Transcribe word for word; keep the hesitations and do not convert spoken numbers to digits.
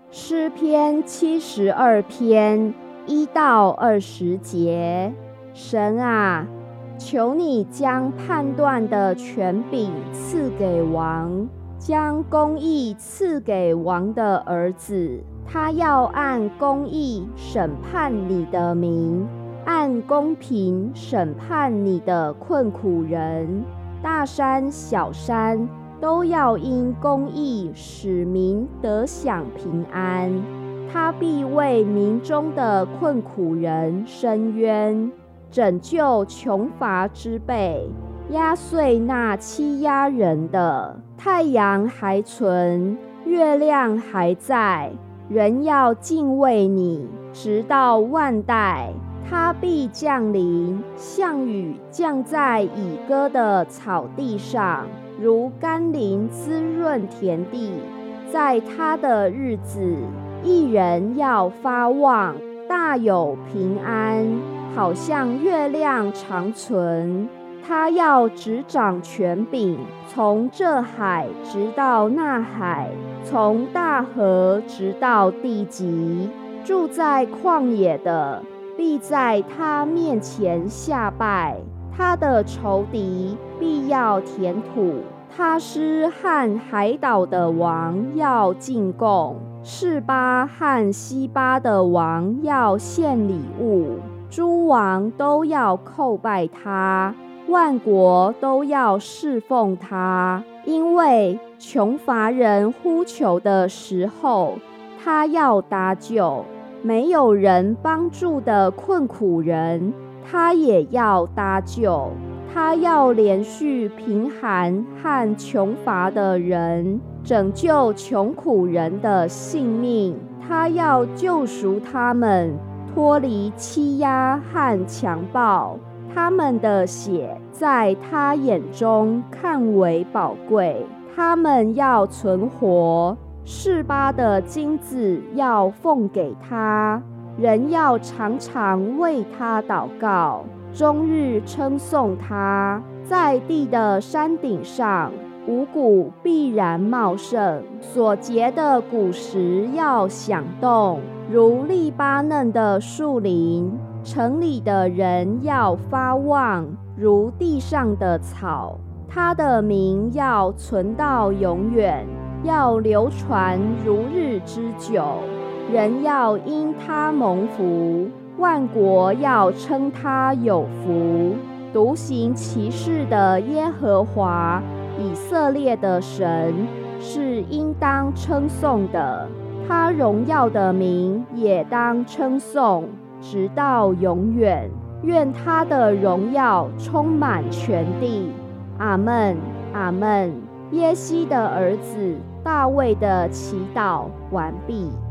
诗篇七十二篇一到二十节。神啊，求你将判断的权柄赐给王，将公义赐给王的儿子。他要按公义审判你的民，按公平审判你的困苦人。大山小山都要因公义使民得享平安。他必为民中的困苦人伸冤，拯救穷乏之辈，压碎那欺压人的。太阳还存，月亮还在，人要敬畏你，直到万代。他必降临，像雨降在已割的草地上，如甘霖滋润田地。在他的日子，一人要发旺，大有平安，好像月亮长存。他要执掌权柄，从这海直到那海，从大河直到地极。住在旷野的必在他面前下拜，他的仇敌必要填土。他施和海岛的王要进贡，示巴和西巴的王要献礼物。诸王都要叩拜他，万国都要侍奉他。因为穷乏人呼求的时候，他要搭救；没有人帮助的困苦人，他也要搭救。他要连续贫寒和穷乏的人，拯救穷苦人的性命。他要救赎他们，脱离欺压和强暴。他们的血在他眼中看为宝贵，他们要存活。示巴的金子要奉给他，人要常常为他祷告，终日称颂他。在地的山顶上，五谷必然茂盛，所结的果实要响动，如利巴嫩的树林。城里的人要发旺，如地上的草。他的名要存到永远，要流传如日之久。人要因他蒙福，万国要称他有福。独行其事的耶和华，以色列的神，是应当称颂的。他荣耀的名也当称颂，直到永远。愿他的荣耀充满全地。阿们，阿们。耶西的儿子大卫的祈祷完毕。